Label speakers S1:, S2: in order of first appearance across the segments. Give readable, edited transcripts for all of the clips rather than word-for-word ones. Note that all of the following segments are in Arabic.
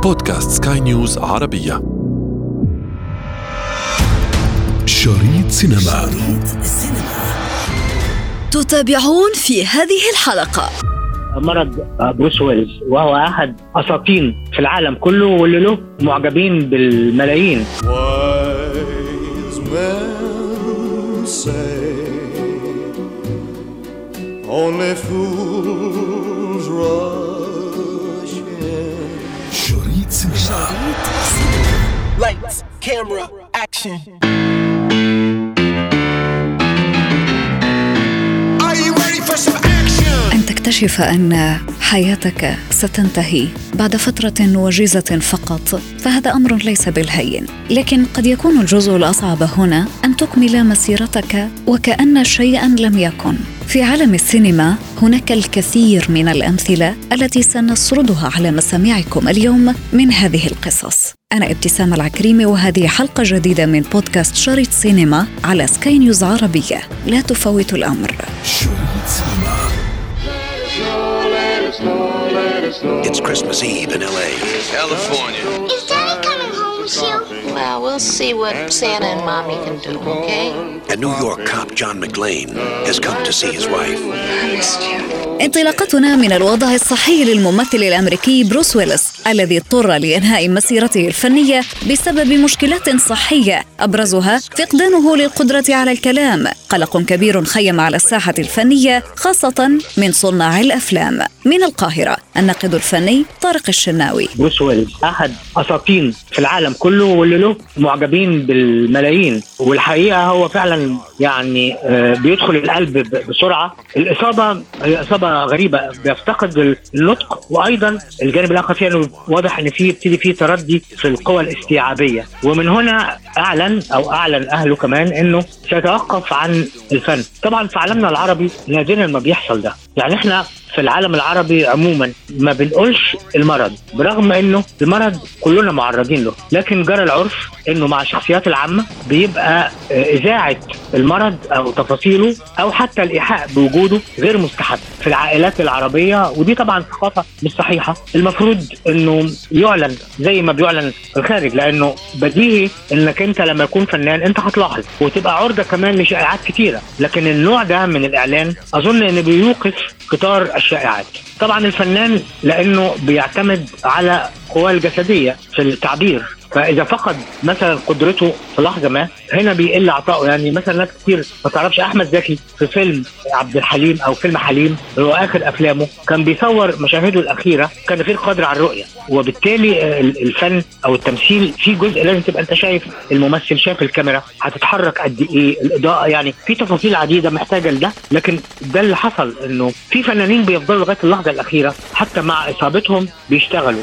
S1: بودكاست سكاي نيوز عربية. شريط سينما.
S2: تتابعون في هذه الحلقة
S3: مرض بروس ويلز، وهو أحد أساطين في العالم كله واللي له معجبين بالملايين.
S1: شريط سينما.
S4: Lights, camera, action. Are you ready for some action?
S2: أن تكتشف أن حياتك ستنتهي بعد فترة وجيزة فقط، فهذا أمر ليس بالهين، لكن قد يكون الجزء الأصعب هنا أن تكمل مسيرتك وكأن شيئا لم يكن. في عالم السينما هناك الكثير من الأمثلة التي سنسردها على مسامعكم اليوم من هذه القصص. أنا ابتسام العكريمي، وهذه حلقة جديدة من بودكاست شريط سينما على سكاي نيوز عربية. لا تفوت الأمر.
S1: شريط سينما.
S5: It's Christmas Eve in LA, California.
S6: Is Daddy coming home soon?
S7: Well, we'll see what Santa and Mommy can do, okay?
S5: A New York cop, John McClane, has come to see his wife.
S7: I missed you.
S2: انطلاقتنا من الوضع الصحي للممثل الأمريكي بروس ويلز، الذي اضطر لإنهاء مسيرته الفنية بسبب مشكلات صحية أبرزها فقدانه للقدرة على الكلام. قلق كبير خيم على الساحة الفنية، خاصة من صناع الأفلام. من القاهرة الناقد الفني طارق الشناوي.
S3: بروس ويلز أحد أساطين في العالم كله واللي له معجبين بالملايين، والحقيقة هو فعلا يعني بيدخل القلب بسرعة. الإصابة هي إصابة غريبة، بيفتقد النطق، وأيضا الجانب الآخر فيه أنه واضح أن يبتدي فيه تردي في القوى الاستيعابية، ومن هنا أعلن أهله كمان أنه سيتوقف عن الفن. طبعا في عالمنا العربي نادرا ما بيحصل ده، يعني إحنا في العالم العربي عموما ما بنقولش المرض، برغم انه المرض كلنا معرضين له، لكن جرى العرف انه مع الشخصيات العامة بيبقى اذاعة المرض او تفاصيله او حتى الايحاء بوجوده غير مستحب في العائلات العربية، ودي طبعا ثقافة مش صحيحة. المفروض انه يعلن زي ما بيعلن في الخارج، لانه بديهي انك انت لما يكون فنان انت هتلاحظ وتبقى عرضة كمان لشائعات كتيرة، لكن النوع ده من الاعلان اظن انه بيوقف قطار الشائعات. طبعا الفنان لانه بيعتمد على قواه الجسديه في التعبير، فاذا فقد مثلا قدرته في لحظه ما هنا بيقل عطائه. يعني مثلا ناس كتير ما تعرفش احمد زكي في فيلم عبد الحليم او فيلم حليم اللي هو اخر افلامه كان بيصور مشاهده الاخيره كان غير قادر على الرؤيه، وبالتالي الفن او التمثيل في جزء لازم تبقى انت شايف الممثل، شايف الكاميرا هتتحرك قد ايه، الاضاءه، يعني في تفاصيل عديده محتاجه لده. لكن ده اللي حصل، انه في فنانين بيفضلوا لغايه اللحظه الاخيره حتى مع اصابتهم بيشتغلوا.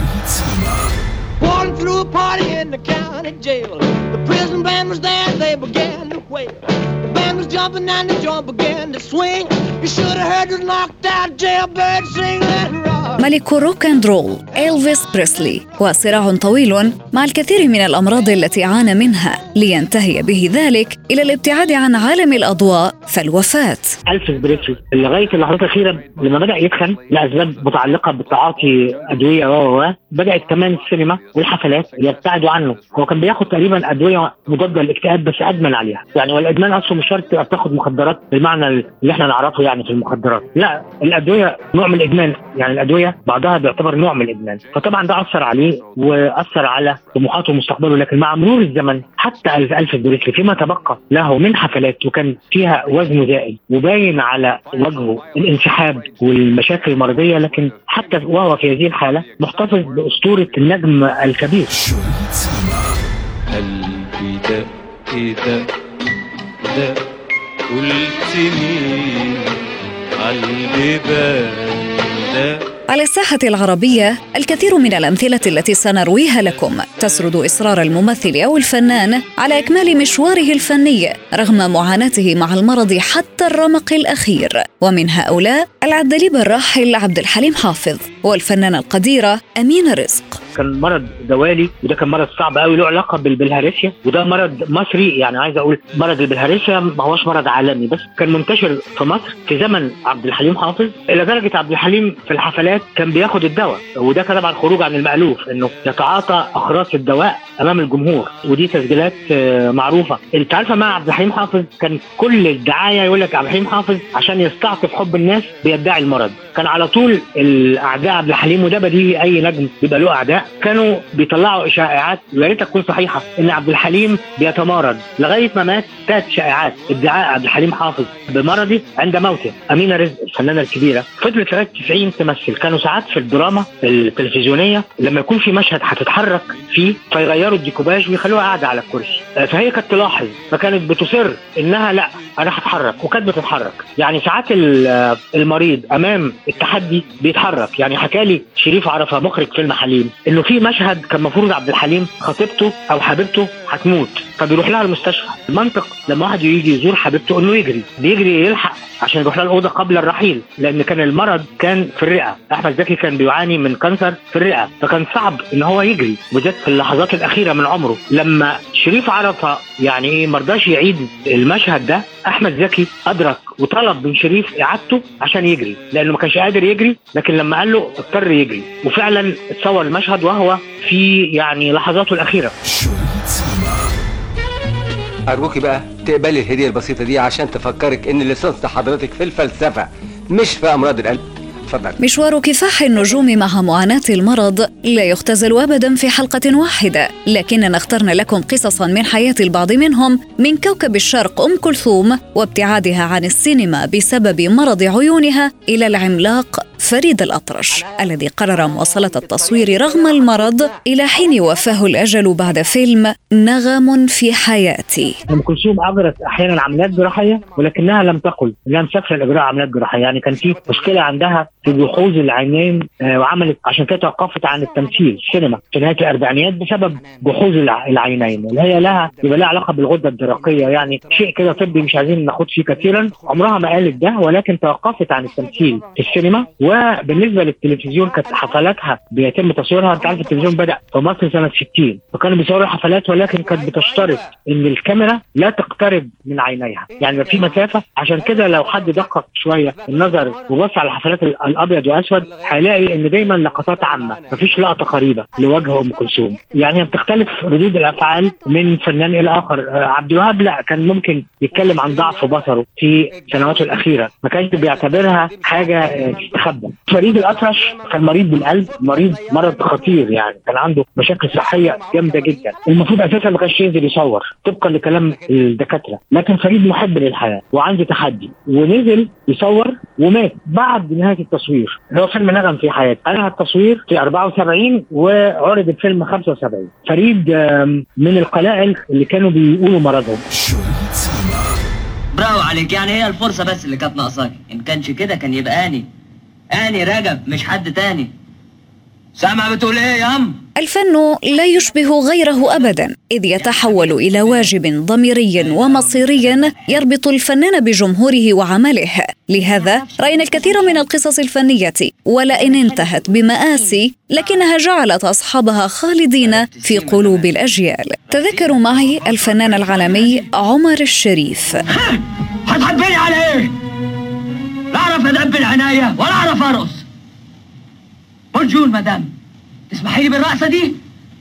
S4: Walking through a party in the county jail. The prison band was there, they began to wail. The band was jumping and the joint began to swing. You should have heard the knocked out jailbird sing and rock.
S2: ملك روك اند رول إلفيس بريسلي، وصراع طويل مع الكثير من الأمراض التي عانى منها لينتهي به ذلك إلى الابتعاد عن عالم الأضواء فالوفاة.
S3: إلفيس بريسلي لغاية اللحظات الأخيرة لما بدأ يتخن لأسباب متعلقة بالتعاطي أدوية بدأت كمان السينما والحفلات يبتعدوا عنه. هو كان بياخد تقريبا أدوية مضادة للاكتئاب بس أدمن عليها، يعني والإدمان أصله مش شرط تبقى بتاخد مخدرات بالمعنى اللي احنا نعرفه يعني في المخدرات، لا، الأدوية نوع من الإدمان، يعني الأدوية بعضها بيعتبر نوع من الإدمان. فطبعا ده أثر عليه وأثر على طموحاته ومستقبله. لكن مع مرور الزمن حتى إلفيس بريسلي فيما تبقى له من حفلات وكان فيها وزنه زائد وباين على وجهه الانسحاب والمشاكل المرضية، لكن حتى وهو في هذه الحالة محتفظ بأسطورة النجم الكبير.
S8: قلبي دق دق دق قلت مين عالبيبان دق.
S2: على الساحة العربية الكثير من الأمثلة التي سنرويها لكم تسرد إصرار الممثل أو الفنان على إكمال مشواره الفني رغم معاناته مع المرض حتى الرمق الأخير. ومن هؤلاء العندليب الراحل عبد الحليم حافظ والفنانة القديرة أمينة رزق.
S3: كان مرض دوالي، وده كان مرض صعب قوي له علاقه بالبلهارسيا، وده مرض مصري. يعني عايز اقول مرض البلهارسيا ما هوش مرض عالمي، بس كان منتشر في مصر في زمن عبد الحليم حافظ، الى درجه عبد الحليم في الحفلات كان بياخد الدواء، وده كان طبعا خروج عن المألوف انه يتعاطى اخراس الدواء امام الجمهور، ودي تسجيلات معروفه. انت عارفه مع عبد الحليم حافظ كان كل الدعايه يقول لك عبد الحليم حافظ عشان يستعطف حب الناس بيدعي المرض. كان على طول الاعداء عبد الحليم، وده بديهي اي نجم بيبقى له اعداء، كانوا بيطلعوا اشاعات ويا ريت تكون صحيحه ان عبد الحليم بيتمرض، لغايه ما مات 3 شائعات ادعاء عبد الحليم حافظ بمرضه عند موته. امينه رزق الفنانه الكبيره فضلت لغايه 90 تمثل. كانوا ساعات في الدراما التلفزيونيه لما يكون في مشهد هتتحرك فيه فيغيروا الديكوباج ويخلوها قاعده على الكرسي، فهي كانت تلاحظ فكانت بتصر انها لا انا هتحرك، وكانت بتتحرك. يعني ساعات المريض امام التحدي بيتحرك. يعني حكالي شريف عرفة مخرج فيلم حليم انه في مشهد كان مفروض عبد الحليم خطيبته او حبيبته هتموت فبيروح لها المستشفى. المنطق لما واحد يجي يزور حبيبته انه بيجري يلحق عشان يروح لها الاوضه قبل الرحيل، لان كان المرض كان في الرئه. احمد زكي كان بيعاني من كانسر في الرئه، فكان صعب ان هو يجري، وجت في اللحظات الاخيره من عمره. لما شريف عرفة يعني مرضاش يعيد المشهد ده، احمد زكي ادرك وطلب من شريف اعادته عشان يجري، لانه ما كانش قادر يجري، لكن لما قال له اضطر يجري، وفعلا اتصور المشهد وهو في يعني لحظاته الاخيره.
S9: أرجوكي بقى تقبلي الهدية البسيطة دي عشان تفكرك إن ليسانس حضرتك في الفلسفة مش في أمراض القلب. اتفضل.
S2: مشوار كفاح النجوم مع معاناة المرض لا يختزل أبدا في حلقة واحدة، لكننا اخترنا لكم قصصا من حياة البعض منهم، من كوكب الشرق أم كلثوم وابتعادها عن السينما بسبب مرض عيونها، إلى العملاق فريد الأطرش الذي قرر مواصلة التصوير رغم المرض إلى حين وفاه الأجل بعد فيلم نغم في حياتي.
S3: أم كلثوم أجرت أحيانا عمليات جراحية ولكنها لم تقل أنها مسافرة لإجراء عمليات جراحية. يعني كان في مشكلة عندها في جحوظ العينين وعملت عشان كده توقفت عن التمثيل السينما في نهاية الأربعينيات بسبب جحوظ العينين، اللي هي يبقى لها علاقة بالغدة الدرقية، يعني شيء كده طبي مش عايزين ناخد فيه كثيرا. عمرها ما قالت ده، ولكن توقفت عن التمثيل في السينما. وبالنسبة للتلفزيون كانت حفلاتها بيتم تصويرها، انت عارف التلفزيون بدأ في مصر سنة 60، فكانوا بيصوروا حفلات ولكن كانت بتشترط ان الكاميرا لا تقترب من عينيها، يعني في مسافة. عشان كده لو حد دقق شوية النظر وبص على حفلات الابيض واسود هيلاقي ان دايما لقطات عامة، مفيش لقطة قريبة لوجه ام كلثوم. يعني بتختلف ردود الافعال من فنان الى اخر. عبد الوهاب لا، كان ممكن يتكلم عن ضعف بصره في سنواته الاخيرة، ما كانش بيعتبرها حاجة تستخبى. فريد الأطرش كان مريض بالقلب، مرض خطير، يعني كان عنده مشاكل صحية جامدة جدا. المفروض أساسا ما كانش ينزل يصور طبقا لكلام الدكاترة، لكن فريد محب للحياة وعنده تحدي ونزل يصور ومات بعد نهاية التصوير. هو فيلم نغم في حياتي، أنا التصوير في 74 وعرض الفيلم 75. فريد من القلائل اللي كانوا بيقولوا مرضهم.
S10: برافو عليك، يعني هي الفرصة بس اللي كانت ناقصاك، إن كانش كده كان يبقى أني رجب مش حد تاني. سامع بتقول إيه يا أم؟
S2: الفن لا يشبه غيره أبدا، إذ يتحول إلى واجب ضميري ومصيري يربط الفنان بجمهوره وعمله. لهذا رأينا الكثير من القصص الفنية ولئن انتهت بمآسي لكنها جعلت أصحابها خالدين في قلوب الأجيال. تذكروا معي الفنان العالمي عمر الشريف.
S10: هتحبني على إيه؟ لا أعرف أدبل عناية ولا أعرف أرقص. بونجور مدام، تسمحي لي بالرقصة دي؟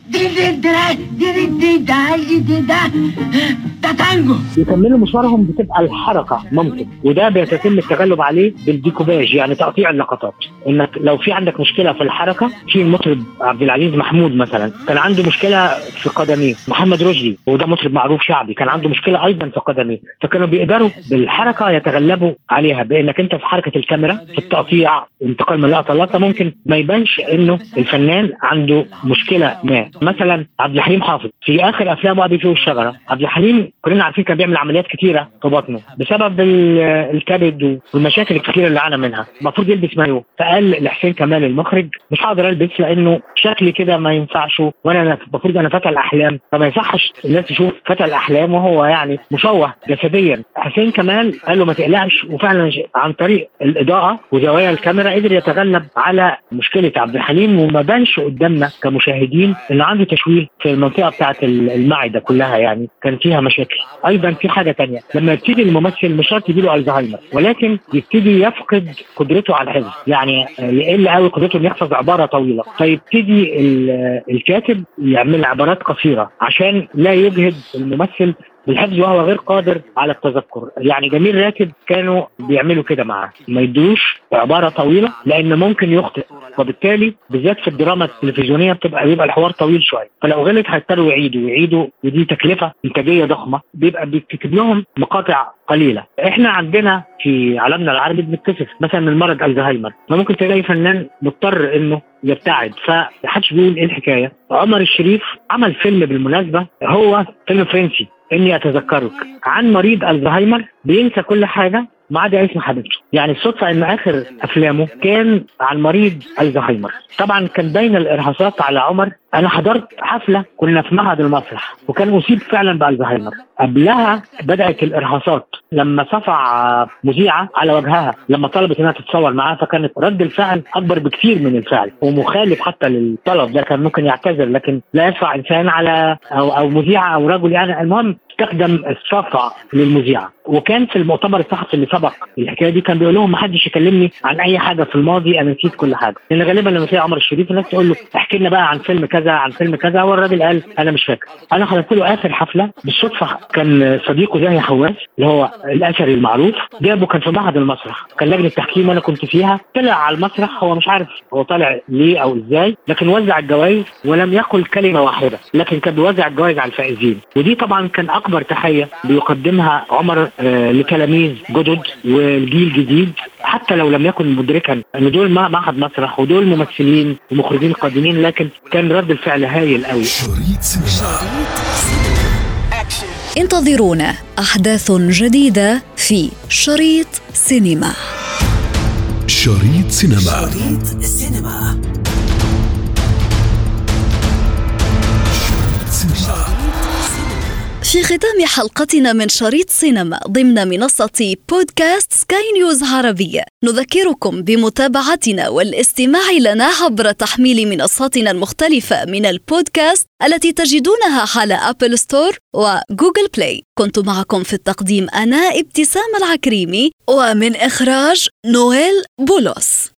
S10: ده تانجو.
S3: يكملوا مشوارهم بتبقى الحركة ممكن، وده بيتم التغلب عليه بالديكوباج، يعني تقطيع اللقطات. انك لو في عندك مشكلة في الحركة، في المطرب عبد العزيز محمود مثلا كان عنده مشكلة في قدميه، محمد رشدي وده مطرب معروف شعبي كان عنده مشكلة ايضا في قدميه، فكانوا بيقدروا بالحركة يتغلبوا عليها، بانك انت في حركة الكاميرا في التقطيع انتقال من لقطة لقطة ممكن ما يبانش انه الفنان عنده مشكلة ما، مثلا عبد الحليم حافظ في اخر افلامه ابي فيه والشجره، عبد الحليم كلنا عارفين كان بيعمل عمليات كتيره في بطنه بسبب الكبد والمشاكل الكتيره اللي عانى منها، المفروض يلبس مايو، فقال لحسين كمال المخرج مش هقدر البس لانه شكلي كده ما ينفعش، وانا المفروض انا فتى الاحلام، فما يصحش الناس تشوف فتى الاحلام وهو يعني مشوه جسديا. حسين كمال قال له ما تقلقش، وفعلا عن طريق الاضاءه وزوايا الكاميرا قدر يتغلب على مشكله عبد الحليم، وما بانش قدامنا كمشاهدين ان عنده تشويه في المنطقه بتاعه المعده كلها، يعني كان فيها مشاكل. ايضا في حاجه تانية، لما يبتدي الممثل مش شرط يجيله الزهايمر، ولكن يبتدي يفقد قدرته على الحفظ، يعني يقل قوي قدرته انه يحفظ عباره طويله، فيبتدي الكاتب يعمل عبارات قصيره عشان لا يجهد الممثل بالحفظ وهو غير قادر على التذكر. يعني جميل راتب كانوا بيعملوا كده معاه، ما يدوش عباره طويله لان ممكن يخطئ، وبالتالي بالذات في الدراما التلفزيونيه بيبقى الحوار طويل شويه، فلو غلط هيضطروا يعيدوا ودي تكلفه انتاجيه ضخمه، بيبقى بيكتب لهم مقاطع قليله. احنا عندنا في عالمنا العربي بنتكسف مثلا من مرض الزهايمر، فممكن تلاقي فنان مضطر انه يبتعد، فمحدش بيقول ايه الحكايه. عمر الشريف عمل فيلم بالمناسبه، هو فيلم فرنسي اني اتذكرك، عن مريض الزهايمر بينسى كل حاجه ما عدا اسم حبيبته. يعني الصدفه ان اخر افلامه كان عن مريض الزهايمر. طبعا كان باين الارهاصات على عمر. انا حضرت حفله كنا في معهد المسرح وكان اصيب فعلا بالزهايمر، قبلها بدات الارهاصات لما صفع مذيعه على وجهها لما طلبت انها تتصور معاه، فكانت رد الفعل اكبر بكثير من الفعل ومخالف حتى للطلب ده، كان ممكن يعتذر لكن لا يصفع انسان على او مذيعه او رجل، يعني المهم استخدم الصفع للمذيعه. وكان في المؤتمر الصحفي اللي سبق الحكايه دي كان بيقول لهم ما حدش يكلمني عن اي حاجه في الماضي، انا نسيت كل حاجه. لان غالبا لما تلاقي عمر الشريف الناس تقول له احكي لنا بقى عن فيلم كذا عن فيلم كذا، والراجل قال انا مش فاكر. انا حضرت له اخر حفله بالصدفه، كان صديقه زاهي حواس اللي هو الاثري المعروف جابه، كان في معهد المسرح، كان لجنه تحكيم وانا كنت فيها. طلع على المسرح، هو مش عارف هو طالع ليه او ازاي، لكن وزع الجوائز ولم يقل كلمه واحده، لكن كان بيوزع الجوائز على الفائزين. ودي طبعا كان اكبر تحيه بيقدمها عمر لتلاميذ جدد والجيل الجديد، حتى لو لم يكن مدركا ان دول معهد مسرح ودول ممثلين ومخرجين قادمين، لكن كان رد الفعل هايل قوي.
S2: انتظرونا أحداث جديدة في شريط سينما.
S1: شريط سينما.
S2: في ختام حلقتنا من شريط سينما ضمن منصة بودكاست سكاي نيوز عربية، نذكركم بمتابعتنا والاستماع لنا عبر تحميل منصاتنا المختلفة من البودكاست التي تجدونها على أبل ستور وجوجل بلاي. كنت معكم في التقديم أنا ابتسام العكريمي، ومن إخراج نويل بولوس.